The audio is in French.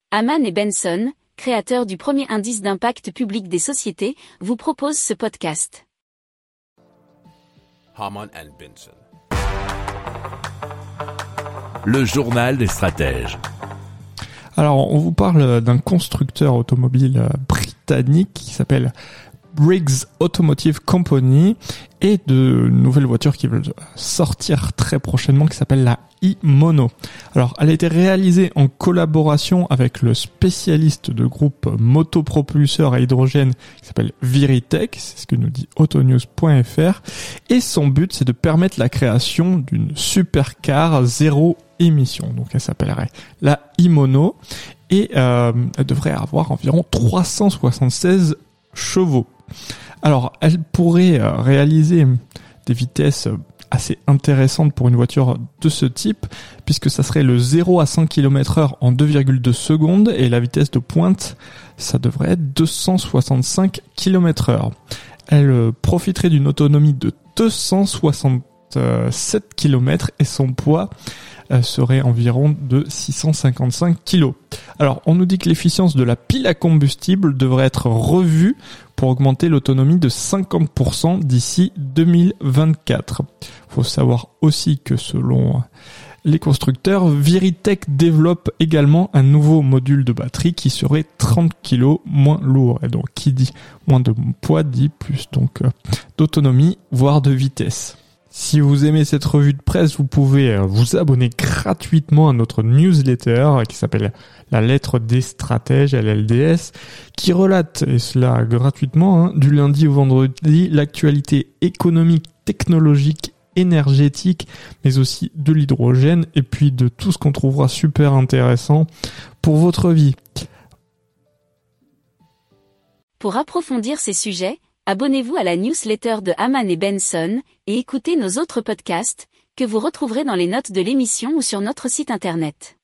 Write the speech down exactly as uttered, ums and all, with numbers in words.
Hamann et Benson, créateurs du premier indice d'impact public des sociétés, vous proposent ce podcast. Hamann and Benson. Le journal des stratèges. Alors, on vous parle d'un constructeur automobile britannique qui s'appelle Briggs Automotive Company et de nouvelles voitures qui veulent sortir très prochainement qui s'appelle la e-Mono. Alors, elle a été réalisée en collaboration avec le spécialiste de groupe motopropulseur à hydrogène qui s'appelle Viritech, c'est ce que nous dit autonews point f r, et son but c'est de permettre la création d'une supercar zéro émission. Donc elle s'appellerait la e-Mono et euh, elle devrait avoir environ trois cent soixante-seize chevaux. Alors, elle pourrait euh, réaliser des vitesses assez intéressantes pour une voiture de ce type, puisque ça serait le zéro à cent kilomètres heure en deux virgule deux secondes, et la vitesse de pointe, ça devrait être deux cent soixante-cinq kilomètres heure. Elle euh, profiterait d'une autonomie de deux cent soixante-sept kilomètres, et son poids euh, serait environ de six cent cinquante-cinq kilos. Alors, on nous dit que l'efficience de la pile à combustible devrait être revue pour augmenter l'autonomie de cinquante pour cent d'ici deux mille vingt-quatre. Faut savoir aussi que selon les constructeurs, Viritech développe également un nouveau module de batterie qui serait trente kilos moins lourd. Et donc, qui dit moins de poids dit plus donc euh, d'autonomie, voire de vitesse. Si vous aimez cette revue de presse, vous pouvez vous abonner gratuitement à notre newsletter qui s'appelle La Lettre des Stratèges, L L D S, qui relate, et cela gratuitement, hein, du lundi au vendredi, l'actualité économique, technologique, énergétique, mais aussi de l'hydrogène, et puis de tout ce qu'on trouvera super intéressant pour votre vie. Pour approfondir ces sujets, abonnez-vous à la newsletter de Hamann et Benson et écoutez nos autres podcasts que vous retrouverez dans les notes de l'émission ou sur notre site internet.